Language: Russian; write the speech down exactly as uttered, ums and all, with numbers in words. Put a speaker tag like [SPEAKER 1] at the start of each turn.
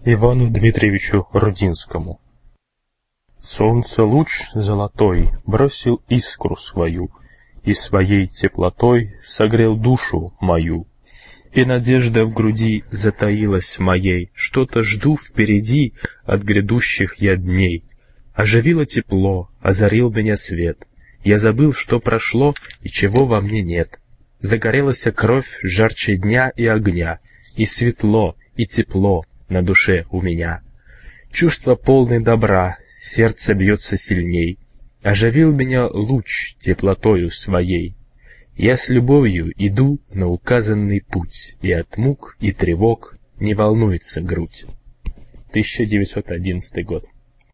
[SPEAKER 1] Ивану Дмитриевичу Рудинскому. Солнце луч золотой бросил искру свою, и своей теплотой согрел душу мою. И надежда в груди затаилась моей, что-то жду впереди от грядущих я дней. Оживило тепло, озарил меня свет, я забыл, что прошло и чего во мне нет. Загорелась кровь жарче дня и огня, и светло, и тепло на душе у меня. Чувство полное добра, сердце бьется сильней, оживил меня луч теплотою своей. Я с любовью иду на указанный путь, и от мук и тревог не волнуется грудь. тысяча девятьсот одиннадцатый год.